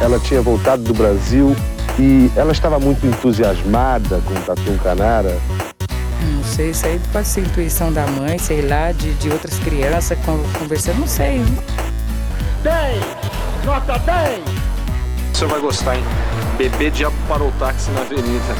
ela tinha voltado do Brasil e ela estava muito entusiasmada com o Tatu Canara. Não sei, isso aí pode ser intuição da mãe, sei lá, de outras crianças conversando, não sei. 10! Nota 10! O senhor vai gostar, hein? Bebê diabo parou o táxi na avenida.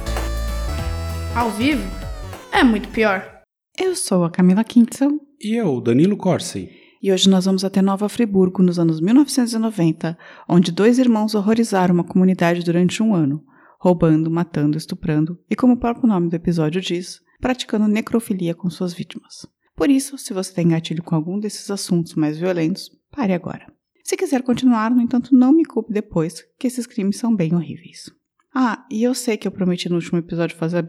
Ao vivo? É muito pior. Eu sou a Camila Kintzel. E eu, Danilo Corsi. E hoje nós vamos até Nova Friburgo, nos anos 1990, onde 2 irmãos horrorizaram uma comunidade durante 1 ano, roubando, matando, estuprando e, como o próprio nome do episódio diz, praticando necrofilia com suas vítimas. Por isso, se você tem gatilho com algum desses assuntos mais violentos, pare agora. Se quiser continuar, no entanto, não me culpe depois, que esses crimes são bem horríveis. Ah, e eu sei que eu prometi no último episódio fazer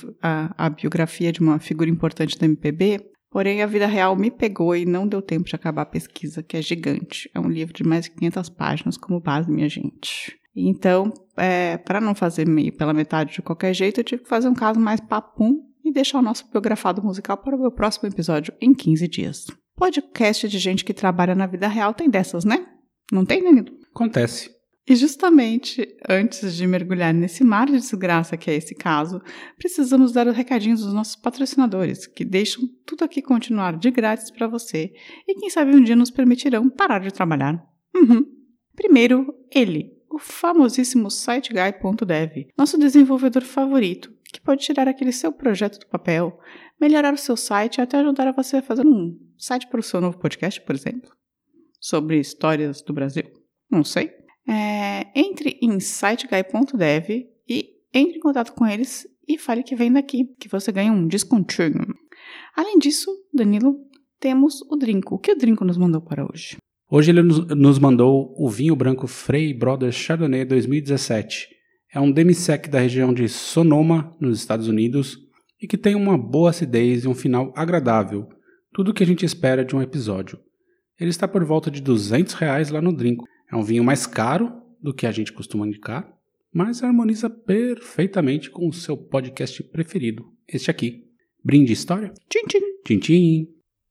a biografia de uma figura importante da MPB, porém a vida real me pegou e não deu tempo de acabar a pesquisa, que é gigante. É um livro de mais de 500 páginas como base, minha gente. Então, para não fazer meio pela metade de qualquer jeito, eu tive que fazer um caso mais papum e deixar o nosso biografado musical para o meu próximo episódio em 15 dias. Podcast de gente que trabalha na vida real tem dessas, né? Não tem, Danilo? Acontece. E justamente antes de mergulhar nesse mar de desgraça que é esse caso, precisamos dar os recadinhos dos nossos patrocinadores, que deixam tudo aqui continuar de grátis para você e quem sabe um dia nos permitirão parar de trabalhar. Primeiro, ele, o famosíssimo SiteGuy.dev, nosso desenvolvedor favorito, que pode tirar aquele seu projeto do papel, melhorar o seu site e até ajudar a você a fazer um site para o seu novo podcast, por exemplo, sobre histórias do Brasil. Não sei. Entre em SiteGuy.dev e entre em contato com eles e fale que vem daqui, que você ganha um descontinho. Além disso, Danilo, temos o Drinco. O que o Drinco nos mandou para hoje? Hoje ele nos mandou o vinho branco Frey Brothers Chardonnay 2017. É um demi-sec da região de Sonoma, nos Estados Unidos, e que tem uma boa acidez e um final agradável. Tudo o que a gente espera de um episódio. Ele está por volta de R$200 lá no Drinco. É um vinho mais caro do que a gente costuma indicar, mas harmoniza perfeitamente com o seu podcast preferido, este aqui. Brinde História? Tchim, tchim. Tchim, tchim.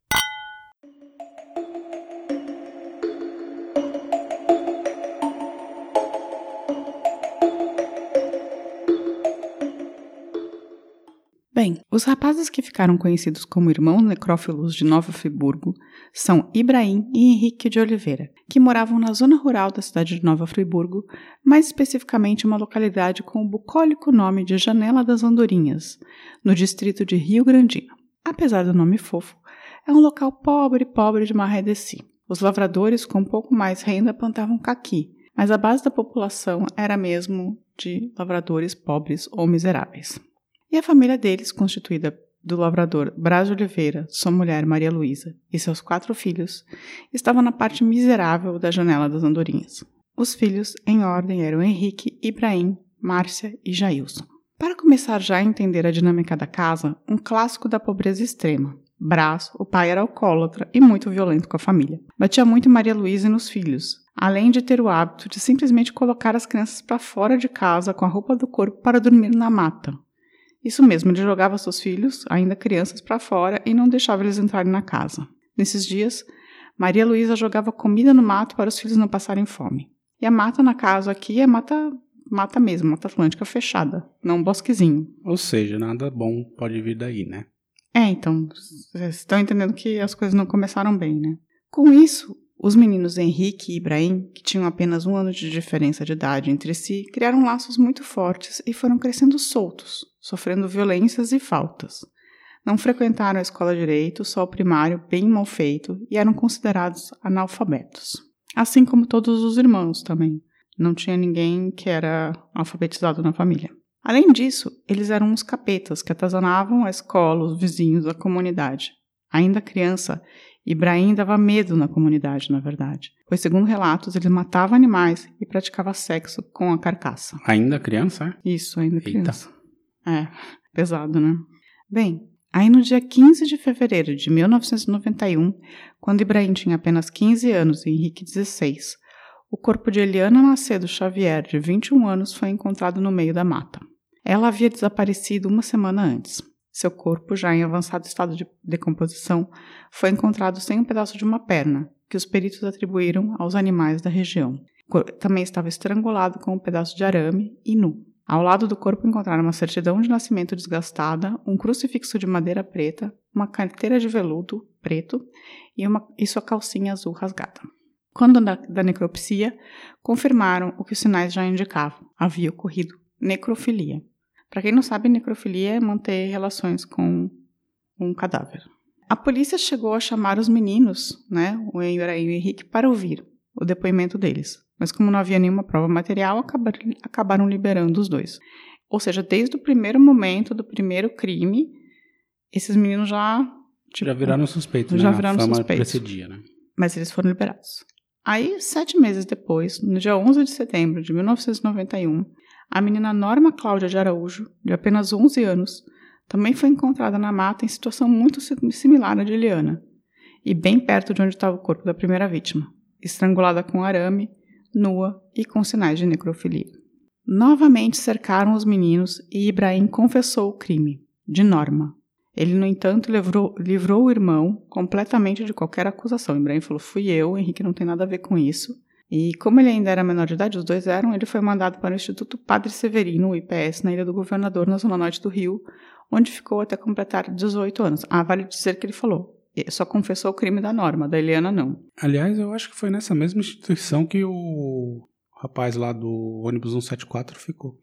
Bem, os rapazes que ficaram conhecidos como irmãos necrófilos de Nova Friburgo são Ibrahim e Henrique de Oliveira, que moravam na zona rural da cidade de Nova Friburgo, mais especificamente uma localidade com o bucólico nome de Janela das Andorinhas, no distrito de Rio Grandino. Apesar do nome fofo, é um local pobre de Marredeci. Os lavradores com um pouco mais renda plantavam caqui, mas a base da população era mesmo de lavradores pobres ou miseráveis. E a família deles, constituída do lavrador Brás de Oliveira, sua mulher Maria Luísa e seus 4 filhos, estava na parte miserável da Janela das Andorinhas. Os filhos, em ordem, eram Henrique, Ibrahim, Márcia e Jailson. Para começar já a entender a dinâmica da casa, um clássico da pobreza extrema. Brás, o pai era alcoólatra e muito violento com a família. Batia muito em Maria Luísa e nos filhos, além de ter o hábito de simplesmente colocar as crianças para fora de casa com a roupa do corpo para dormir na mata. Isso mesmo, ele jogava seus filhos, ainda crianças, para fora e não deixava eles entrarem na casa. Nesses dias, Maria Luísa jogava comida no mato para os filhos não passarem fome. E a mata na casa aqui é mata mesmo, mata atlântica fechada, não um bosquezinho. Ou seja, nada bom pode vir daí, né? Então, vocês estão entendendo que as coisas não começaram bem, né? Com isso, os meninos Henrique e Ibrahim, que tinham apenas 1 ano de diferença de idade entre si, criaram laços muito fortes e foram crescendo soltos, sofrendo violências e faltas. Não frequentaram a escola direito, só o primário bem mal feito, e eram considerados analfabetos. Assim como todos os irmãos também. Não tinha ninguém que era alfabetizado na família. Além disso, eles eram uns capetas que atazanavam a escola, os vizinhos, a comunidade. Ainda criança, Ibrahim dava medo na comunidade, na verdade, pois, segundo relatos, ele matava animais e praticava sexo com a carcaça. Ainda criança? Isso, ainda criança. Eita. Pesado, né? Bem, aí no dia 15 de fevereiro de 1991, quando Ibrahim tinha apenas 15 anos e Henrique 16, o corpo de Eliana Macedo Xavier, de 21 anos, foi encontrado no meio da mata. Ela havia desaparecido 1 semana antes. Seu corpo, já em avançado estado de decomposição, foi encontrado sem um pedaço de uma perna, que os peritos atribuíram aos animais da região. também estava estrangulado com um pedaço de arame e nu. Ao lado do corpo encontraram uma certidão de nascimento desgastada, um crucifixo de madeira preta, uma carteira de veludo preto e sua calcinha azul rasgada. Quando da necropsia, confirmaram o que os sinais já indicavam. Havia ocorrido necrofilia. Para quem não sabe, necrofilia é manter relações com um cadáver. A polícia chegou a chamar os meninos, né, o Ibrahim e o Henrique, para ouvir o depoimento deles. Mas como não havia nenhuma prova material, acabaram liberando os dois. Ou seja, desde o primeiro momento do primeiro crime, esses meninos já viraram suspeitos, já né? viraram A fama suspeitos. precedia, né? Mas eles foram liberados. Aí, 7 meses depois, no dia 11 de setembro de 1991, a menina Norma Cláudia de Araújo, de apenas 11 anos, também foi encontrada na mata em situação muito similar à de Eliana, e bem perto de onde estava o corpo da primeira vítima, estrangulada com arame, nua e com sinais de necrofilia. Novamente cercaram os meninos e Ibrahim confessou o crime, de Norma. Ele, no entanto, livrou o irmão completamente de qualquer acusação. Ibrahim falou, fui eu, Henrique não tem nada a ver com isso. E como ele ainda era menor de idade, os dois eram, ele foi mandado para o Instituto Padre Severino, o IPS, na Ilha do Governador, na zona norte do Rio, onde ficou até completar 18 anos. Vale dizer que ele falou, só confessou o crime da Norma, da Eliana não. Aliás, eu acho que foi nessa mesma instituição que o rapaz lá do ônibus 174 ficou.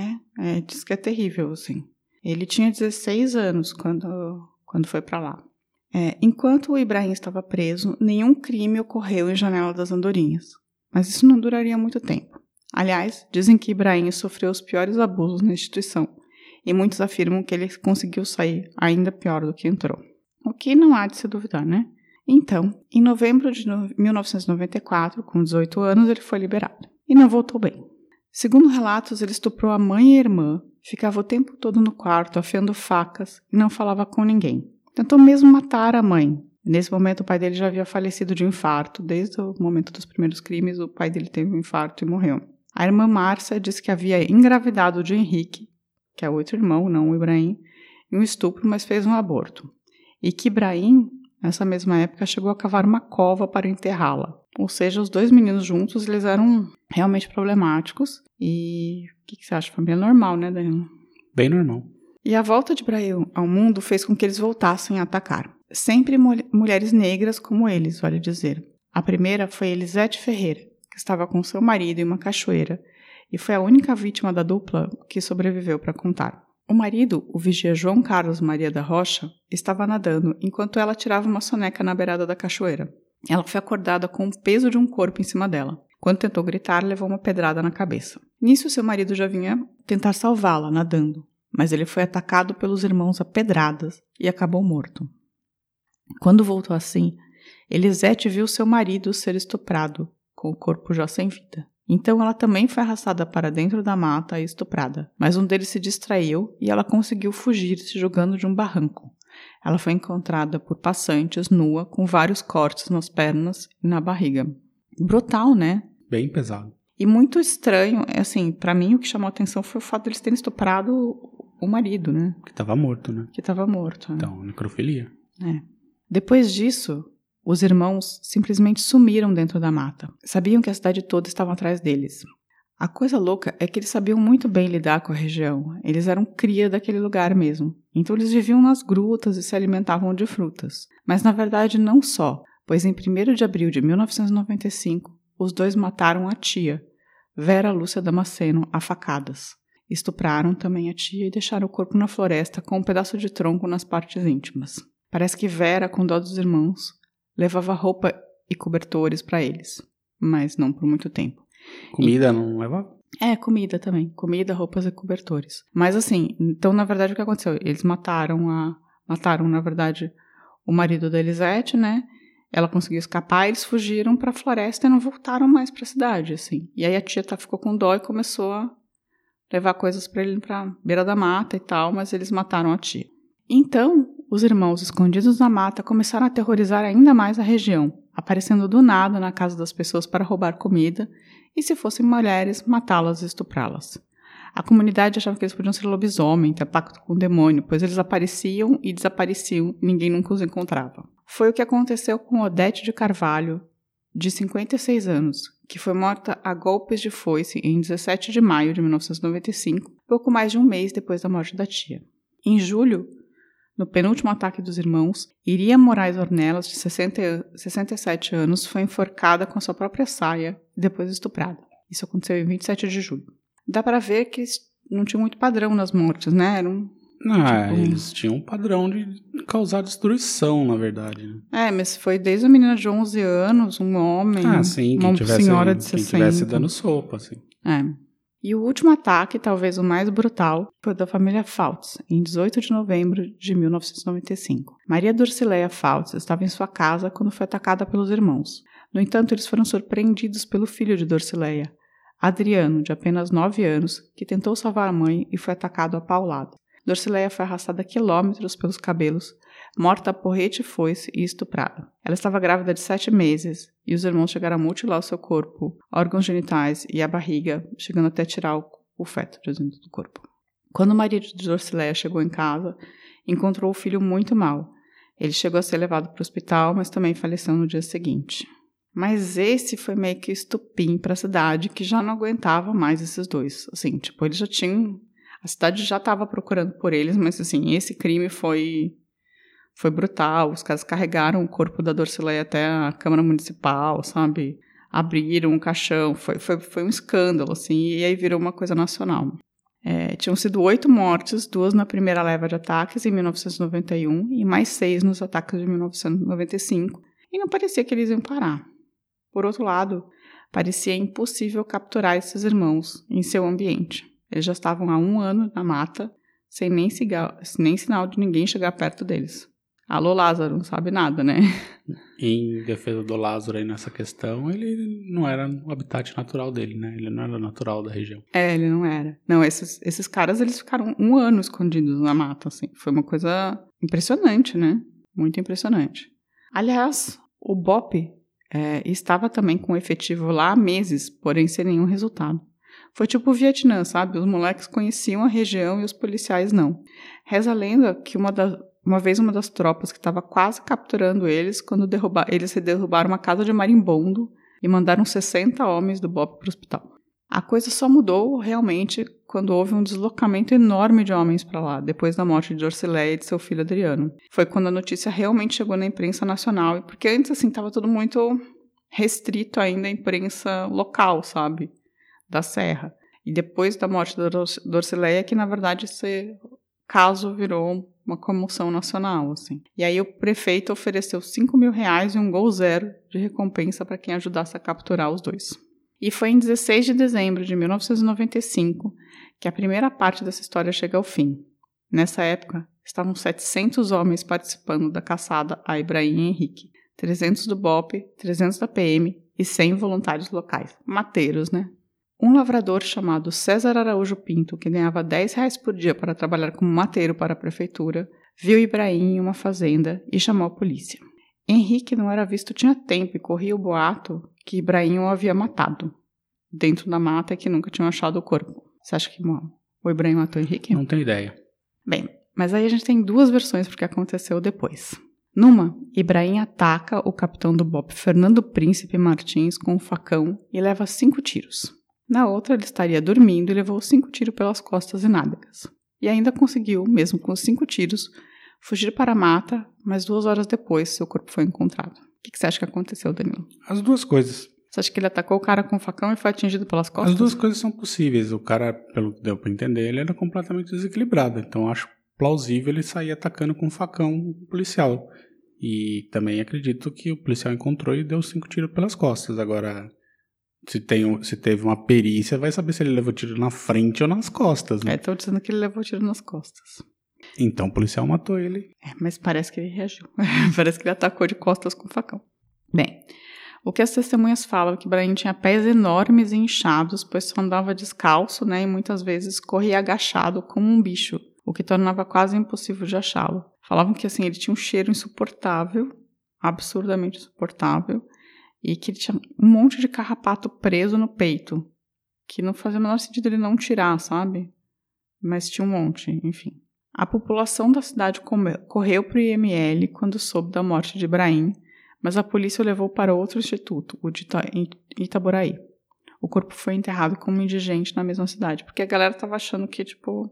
Diz que é terrível, assim. Ele tinha 16 anos quando foi para lá. Enquanto o Ibrahim estava preso, nenhum crime ocorreu em Janela das Andorinhas. Mas isso não duraria muito tempo. Aliás, dizem que Ibrahim sofreu os piores abusos na instituição, e muitos afirmam que ele conseguiu sair ainda pior do que entrou. O que não há de se duvidar, né? Então, em novembro de 1994, com 18 anos, ele foi liberado. E não voltou bem. Segundo relatos, ele estuprou a mãe e a irmã, ficava o tempo todo no quarto, afiando facas, e não falava com ninguém. Tentou mesmo matar a mãe. Nesse momento, o pai dele já havia falecido de um infarto. Desde o momento dos primeiros crimes, o pai dele teve um infarto e morreu. A irmã Márcia disse que havia engravidado de Henrique, que é o outro irmão, não o Ibrahim, em um estupro, mas fez um aborto. E que Ibrahim, nessa mesma época, chegou a cavar uma cova para enterrá-la. Ou seja, os dois meninos juntos, eles eram realmente problemáticos. E o que você acha? Família normal, né, Danilo? Bem normal. E a volta de Ibrahim ao mundo fez com que eles voltassem a atacar. Sempre mulheres negras como eles, vale dizer. A primeira foi Elisete Ferreira, que estava com seu marido em uma cachoeira, e foi a única vítima da dupla que sobreviveu para contar. O marido, o vigia João Carlos Maria da Rocha, estava nadando enquanto ela tirava uma soneca na beirada da cachoeira. Ela foi acordada com o peso de um corpo em cima dela. Quando tentou gritar, levou uma pedrada na cabeça. Nisso, seu marido já vinha tentar salvá-la, nadando, mas ele foi atacado pelos irmãos a pedradas e acabou morto. Quando voltou assim, Elisete viu seu marido ser estuprado, com o corpo já sem vida. Então ela também foi arrastada para dentro da mata e estuprada, mas um deles se distraiu e ela conseguiu fugir se jogando de um barranco. Ela foi encontrada por passantes nua, com vários cortes nas pernas e na barriga. Brutal, né? Bem pesado. E muito estranho, assim, pra mim o que chamou a atenção foi o fato de eles terem estuprado o marido, né? Que estava morto, né? Que estava morto. Então, necrofilia. Depois disso, os irmãos simplesmente sumiram dentro da mata. Sabiam que a cidade toda estava atrás deles. A coisa louca é que eles sabiam muito bem lidar com a região. Eles eram cria daquele lugar mesmo. Então eles viviam nas grutas e se alimentavam de frutas. Mas na verdade não só, pois em 1º de abril de 1995, os dois mataram a tia, Vera Lúcia Damasceno, a facadas. Estupraram também a tia e deixaram o corpo na floresta com um pedaço de tronco nas partes íntimas. Parece que Vera, com dó dos irmãos, levava roupa e cobertores para eles, mas não por muito tempo. Comida não levava? Comida também. Comida, roupas e cobertores. Mas assim, então na verdade o que aconteceu? Eles mataram, na verdade, o marido da Elisete, né? Ela conseguiu escapar, eles fugiram para a floresta e não voltaram mais para a cidade, assim. E aí a tia ficou com dó e começou a levar coisas para ele para beira da mata e tal, mas eles mataram a tia. Então, os irmãos escondidos na mata começaram a aterrorizar ainda mais a região, aparecendo do nada na casa das pessoas para roubar comida e, se fossem mulheres, matá-las e estuprá-las. A comunidade achava que eles podiam ser lobisomem, ter pacto com o demônio, pois eles apareciam e desapareciam e ninguém nunca os encontrava. Foi o que aconteceu com Odete de Carvalho, de 56 anos, que foi morta a golpes de foice em 17 de maio de 1995, pouco mais de um mês depois da morte da tia. Em julho, no penúltimo ataque dos irmãos, Iria Moraes Ornelas, de 67 anos, foi enforcada com sua própria saia e depois estuprada. Isso aconteceu em 27 de julho. Dá pra ver que não tinha muito padrão nas mortes, né? Eles tinham um padrão de causar destruição, na verdade. Mas foi desde a menina de 11 anos, um homem, sim, uma senhora de 60. Quem tivesse dando sopa, assim. E o último ataque, talvez o mais brutal, foi da família Fautz, em 18 de novembro de 1995. Maria Dorcileia Fautz estava em sua casa quando foi atacada pelos irmãos. No entanto, eles foram surpreendidos pelo filho de Dorcileia, Adriano, de apenas 9 anos, que tentou salvar a mãe e foi atacado a paulada. Dorcileia foi arrastada quilômetros pelos cabelos, morta a porrete e foice e estuprada. Ela estava grávida de 7 meses e os irmãos chegaram a mutilar o seu corpo, órgãos genitais e a barriga, chegando até tirar o feto de dentro do corpo. Quando Maria de Dorcileia chegou em casa, encontrou o filho muito mal. Ele chegou a ser levado para o hospital, mas também faleceu no dia seguinte. Mas esse foi meio que estupim para a cidade, que já não aguentava mais esses dois. Assim, eles já tinham... A cidade já estava procurando por eles, mas assim, esse crime foi brutal. Os caras carregaram o corpo da Dorcileia até a Câmara Municipal, sabe? Abriram um caixão. Foi um escândalo, assim, e aí virou uma coisa nacional. Tinham sido 8 mortes, 2 na primeira leva de ataques em 1991 e mais 6 nos ataques de 1995. E não parecia que eles iam parar. Por outro lado, parecia impossível capturar esses irmãos em seu ambiente. Eles já estavam há 1 ano na mata, sem nem sinal de ninguém chegar perto deles. Alô, Lázaro, não sabe nada, né? Em defesa do Lázaro aí nessa questão, ele não era o habitat natural dele, né? Ele não era natural da região. Ele não era. Não, esses caras, eles ficaram 1 ano escondidos na mata, assim. Foi uma coisa impressionante, né? Muito impressionante. Aliás, o BOPE estava também com efetivo lá há meses, porém sem nenhum resultado. Foi tipo o Vietnã, sabe? Os moleques conheciam a região e os policiais não. Reza a lenda que uma vez uma das tropas que estava quase capturando eles, quando eles derrubaram uma casa de marimbondo e mandaram 60 homens do BOPE para o hospital. A coisa só mudou realmente quando houve um deslocamento enorme de homens para lá, depois da morte de Dorcileia e de seu filho Adriano. Foi quando a notícia realmente chegou na imprensa nacional, e porque antes assim estava tudo muito restrito ainda à imprensa local, sabe? Da Serra. E depois da morte da Dorcileia, que na verdade esse caso virou uma comoção nacional, assim. E aí o prefeito ofereceu R$5.000 e um gol zero de recompensa para quem ajudasse a capturar os dois. E foi em 16 de dezembro de 1995 que a primeira parte dessa história chega ao fim. Nessa época, estavam 700 homens participando da caçada a Ibrahim e Henrique. 300 do BOPE, 300 da PM e 100 voluntários locais. Mateiros, né? Um lavrador chamado César Araújo Pinto, que ganhava R$10 por dia para trabalhar como mateiro para a prefeitura, viu Ibrahim em uma fazenda e chamou a polícia. Henrique não era visto tinha tempo e corria o boato que Ibrahim o havia matado, dentro da mata e que nunca tinham achado o corpo. Você acha que o Ibrahim matou Henrique? Não tenho ideia. Bem, mas aí a gente tem 2 versões porque aconteceu depois. Numa, Ibrahim ataca o capitão do BOPE, Fernando Príncipe Martins, com um facão e leva 5 tiros. Na outra, ele estaria dormindo e levou 5 tiros pelas costas e nádegas. E ainda conseguiu, mesmo com os 5 tiros, fugir para a mata, mas 2 horas depois seu corpo foi encontrado. O que você acha que aconteceu, Danilo? As 2 coisas. Você acha que ele atacou o cara com o facão e foi atingido pelas costas? As 2 coisas são possíveis. O cara, pelo que deu para entender, ele era completamente desequilibrado. Então, acho plausível ele sair atacando com um facão policial. E também acredito que o policial encontrou e deu 5 tiros pelas costas. Agora... Se teve uma perícia, vai saber se ele levou tiro na frente ou nas costas, né? Estão dizendo que ele levou tiro nas costas. Então o policial matou ele. Mas parece que ele reagiu. Parece que ele atacou de costas com facão. Bem, o que as testemunhas falam é que Ibrahim tinha pés enormes e inchados, pois só andava descalço, né? E muitas vezes corria agachado como um bicho, o que tornava quase impossível de achá-lo. Falavam que assim, ele tinha um cheiro insuportável, absurdamente insuportável, e que ele tinha um monte de carrapato preso no peito, que não fazia o menor sentido ele não tirar, sabe? Mas tinha um monte, enfim. A população da cidade correu para o IML quando soube da morte de Ibrahim, mas a polícia o levou para outro instituto, o de Itaboraí. O corpo foi enterrado como indigente na mesma cidade, porque a galera tava achando que,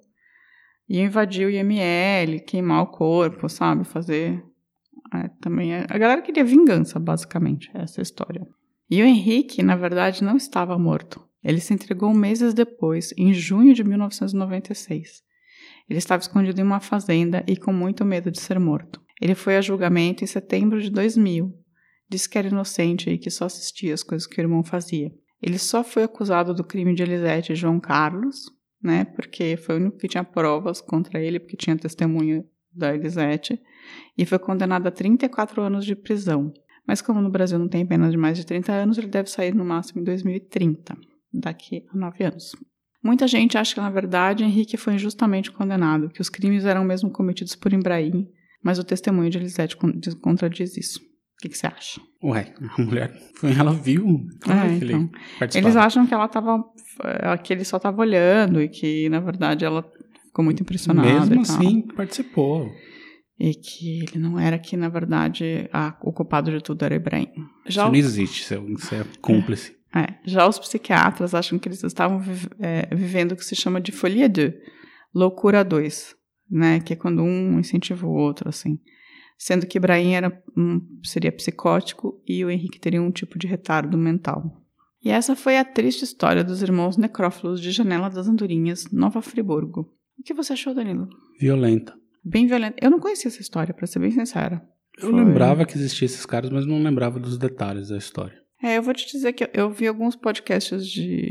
ia invadir o IML, queimar o corpo, sabe? Fazer... também a galera queria vingança, basicamente, essa história. E o Henrique, na verdade, não estava morto. Ele se entregou meses depois, em junho de 1996. Ele estava escondido em uma fazenda e com muito medo de ser morto. Ele foi a julgamento em setembro de 2000. Disse que era inocente e que só assistia as coisas que o irmão fazia. Ele só foi acusado do crime de Elisete e João Carlos, né? Porque foi o único que tinha provas contra ele, porque tinha testemunha da Elisete, e foi condenado a 34 anos de prisão. Mas como no Brasil não tem pena de mais de 30 anos, ele deve sair no máximo em 2030, daqui a 9 anos. Muita gente acha que, na verdade, Henrique foi injustamente condenado, que os crimes eram mesmo cometidos por Ibrahim, mas o testemunho de Elisete contradiz isso. O que você acha? Ué, a mulher, ela viu. Claro que ele participava. Eles acham que ele só estava olhando e que, na verdade, ela ficou muito impressionada. Mesmo assim, participou. E que ele não era, que, na verdade, o culpado de tudo era Ibrahim. Isso não existe, você é cúmplice. Já os psiquiatras acham que eles estavam vivendo o que se chama de folie 2, loucura 2, né? Que é quando um incentiva o outro, assim. Sendo que Ibrahim seria psicótico e o Henrique teria um tipo de retardo mental. E essa foi a triste história dos irmãos necrófilos de Janela das Andorinhas, Nova Friburgo. O que você achou, Danilo? Violenta. Bem violenta. Eu não conhecia essa história, pra ser bem sincera. Eu lembrava que existiam esses caras, mas não lembrava dos detalhes da história. Eu vou te dizer que eu vi alguns podcasts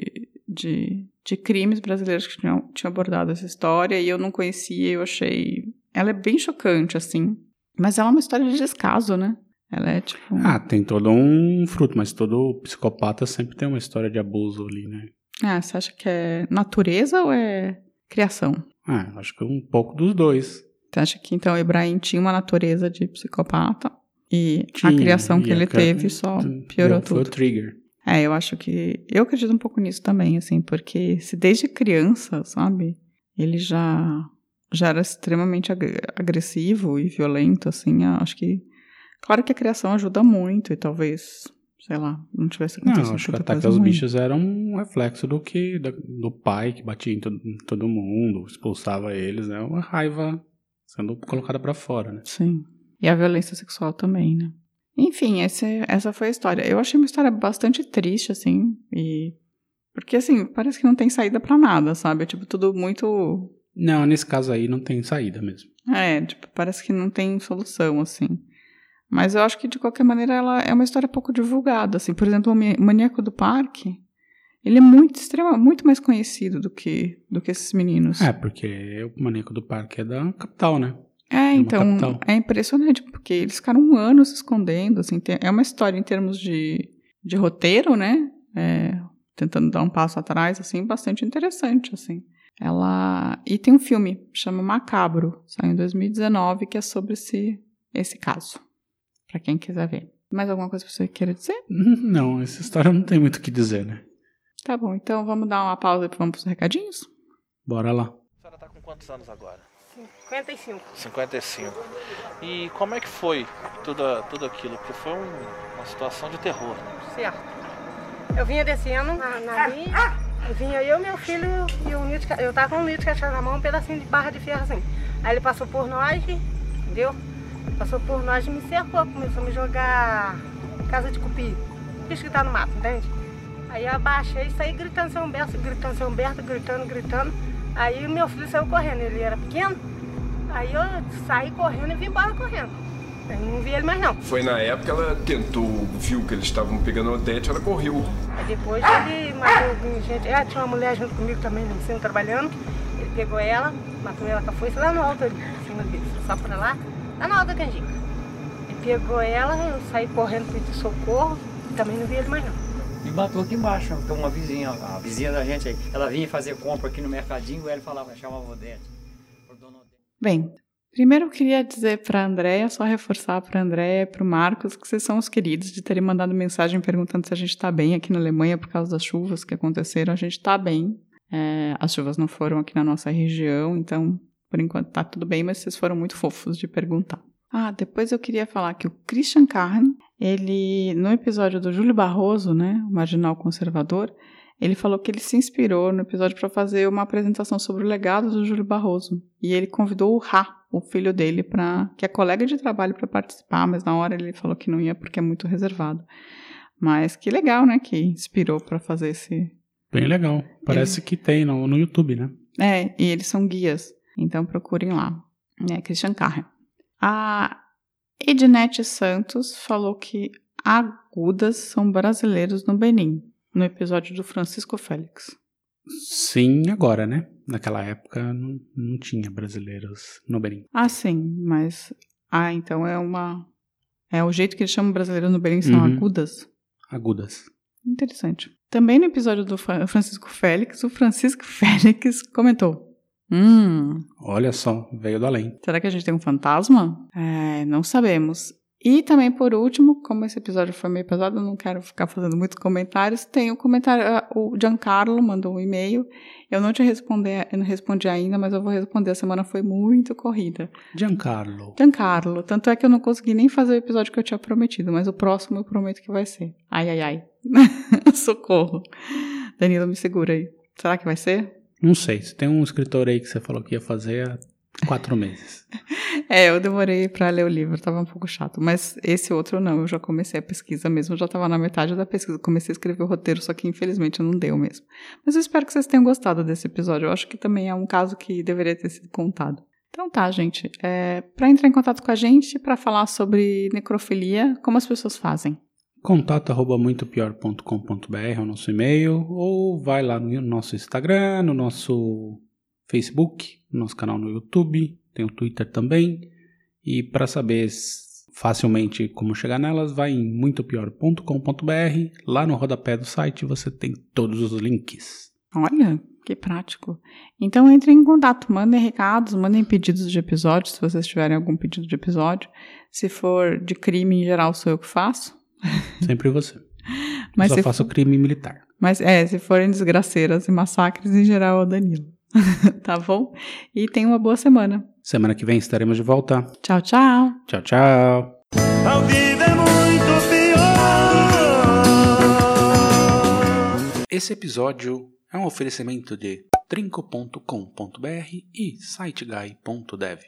de crimes brasileiros que tinham abordado essa história e eu não conhecia, eu achei... Ela é bem chocante, assim. Mas ela é uma história de descaso, né? Ela é tipo... tem todo um fruto, mas todo psicopata sempre tem uma história de abuso ali, né? Você acha que é natureza ou é criação? Acho que um pouco dos dois. Você acha que, então, o Ibrahim tinha uma natureza de psicopata e a criação que ele teve só piorou tudo? Foi o trigger. Eu acho que... Eu acredito um pouco nisso também, assim, porque se desde criança, sabe, ele já era extremamente agressivo e violento, assim, acho que... Claro que a criação ajuda muito e talvez, sei lá, não tivesse acontecido. Não, acho que o ataque aos bichos era um reflexo do pai que batia em todo mundo, expulsava eles, né? Uma raiva sendo colocada pra fora, né? Sim. E a violência sexual também, né? Enfim, essa foi a história. Eu achei uma história bastante triste, assim, porque, assim, parece que não tem saída pra nada, sabe? É, tipo, tudo muito... Não, nesse caso aí não tem saída mesmo. Parece que não tem solução, assim. Mas eu acho que, de qualquer maneira, ela é uma história pouco divulgada, assim. Por exemplo, o Maníaco do Parque, ele é muito mais conhecido do que esses meninos. Porque o Maníaco do Parque é da capital, né? Então, é impressionante, porque eles ficaram um ano se escondendo, assim. É uma história em termos de roteiro, né? Tentando dar um passo atrás, assim, bastante interessante, assim. E tem um filme, chama Macabro, saiu em 2019, que é sobre esse caso, pra quem quiser ver. Mais alguma coisa que você queira dizer? Não, essa história não tem muito o que dizer, né? Tá bom, então vamos dar uma pausa e vamos pros recadinhos? Bora lá. A senhora tá com quantos anos agora? 55. 55. E como é que foi tudo aquilo? Porque foi uma situação de terror, né? Certo. Eu vinha descendo na linha, vinha eu, meu filho e o Nito, eu tava com o Nito Cachorro na mão, um pedacinho de barra de ferro assim. Aí ele passou por nós, entendeu? Passou por nós e me cercou, começou a me jogar casa de cupim. Bicho que tá no mato, entende? Aí eu abaixei e saí gritando São Humberto, gritando. Aí o meu filho saiu correndo, ele era pequeno. Aí eu saí correndo e vim embora correndo. Aí não vi ele mais não. Foi na época ela viu que eles estavam pegando o Odete, ela correu. Aí depois ele matou gente. Tinha uma mulher junto comigo também lá em cima trabalhando. Ele pegou ela, matou ela com a foice lá no alto ali, em cima dele, só pra lá no alto da canjica. Ele pegou ela, eu saí correndo, pedi socorro, e também não vi ele mais não. E matou aqui embaixo, tem uma vizinha, a vizinha da gente aí. Ela vinha fazer compra aqui no mercadinho, e ele falava, chamava Odete. Bem, primeiro eu queria dizer pra Andréia, só reforçar pra Andréia e pro Marcos, que vocês são os queridos de terem mandado mensagem perguntando se a gente tá bem aqui na Alemanha por causa das chuvas que aconteceram. A gente tá bem. As chuvas não foram aqui na nossa região, então, por enquanto tá tudo bem, mas vocês foram muito fofos de perguntar. Depois eu queria falar que o Christian Carn, Ele, no episódio do Júlio Barroso, né, o marginal conservador, ele falou que ele se inspirou no episódio para fazer uma apresentação sobre o legado do Júlio Barroso. E ele convidou o Rá, o filho dele, que é colega de trabalho, para participar, mas na hora ele falou que não ia porque é muito reservado. Mas que legal, né, que inspirou para fazer esse... Bem legal. Parece que tem no YouTube, né? E eles são guias. Então procurem lá. Christian Carre. A Ednete Santos falou que agudas são brasileiros no Benin, no episódio do Francisco Félix. Sim, agora, né? Naquela época não tinha brasileiros no Benin. Sim, mas... então é o jeito que eles chamam brasileiros no Benin, são agudas? Agudas. Interessante. Também no episódio do Francisco Félix, o Francisco Félix comentou: olha só, veio do além. Será que a gente tem um fantasma? Não sabemos. E também, por último, como esse episódio foi meio pesado, eu não quero ficar fazendo muitos comentários, tem um comentário, o Giancarlo mandou um e-mail, eu não respondi ainda, mas eu vou responder, a semana foi muito corrida. Giancarlo, tanto é que eu não consegui nem fazer o episódio que eu tinha prometido, mas o próximo eu prometo que vai ser. Ai. Socorro. Danilo, me segura aí. Será que vai ser? Não sei, se tem um escritor aí que você falou que ia fazer há 4 meses. Eu demorei pra ler o livro, tava um pouco chato, mas esse outro não, eu já comecei a pesquisa mesmo, já tava na metade da pesquisa, comecei a escrever o roteiro, só que infelizmente não deu mesmo. Mas eu espero que vocês tenham gostado desse episódio, eu acho que também é um caso que deveria ter sido contado. Então tá, gente, pra entrar em contato com a gente, pra falar sobre necrofilia, como as pessoas fazem? contato@muitopior.com.br é o nosso e-mail, ou vai lá no nosso Instagram, no nosso Facebook, no nosso canal no YouTube, tem o Twitter também, e para saber facilmente como chegar nelas, vai em muitopior.com.br, lá no rodapé do site você tem todos os links. Olha, que prático. Então entrem em contato, mandem recados, mandem pedidos de episódios, se vocês tiverem algum pedido de episódio. Se for de crime em geral, sou eu que faço. Sempre você. Mas eu só faço crime militar. Mas se forem desgraceiras e massacres, em geral é o Danilo. Tá bom? E tenha uma boa semana. Semana que vem estaremos de volta. Tchau, tchau. Tchau, tchau. A vida é muito pior. Esse episódio é um oferecimento de trinco.com.br e siteguy.dev.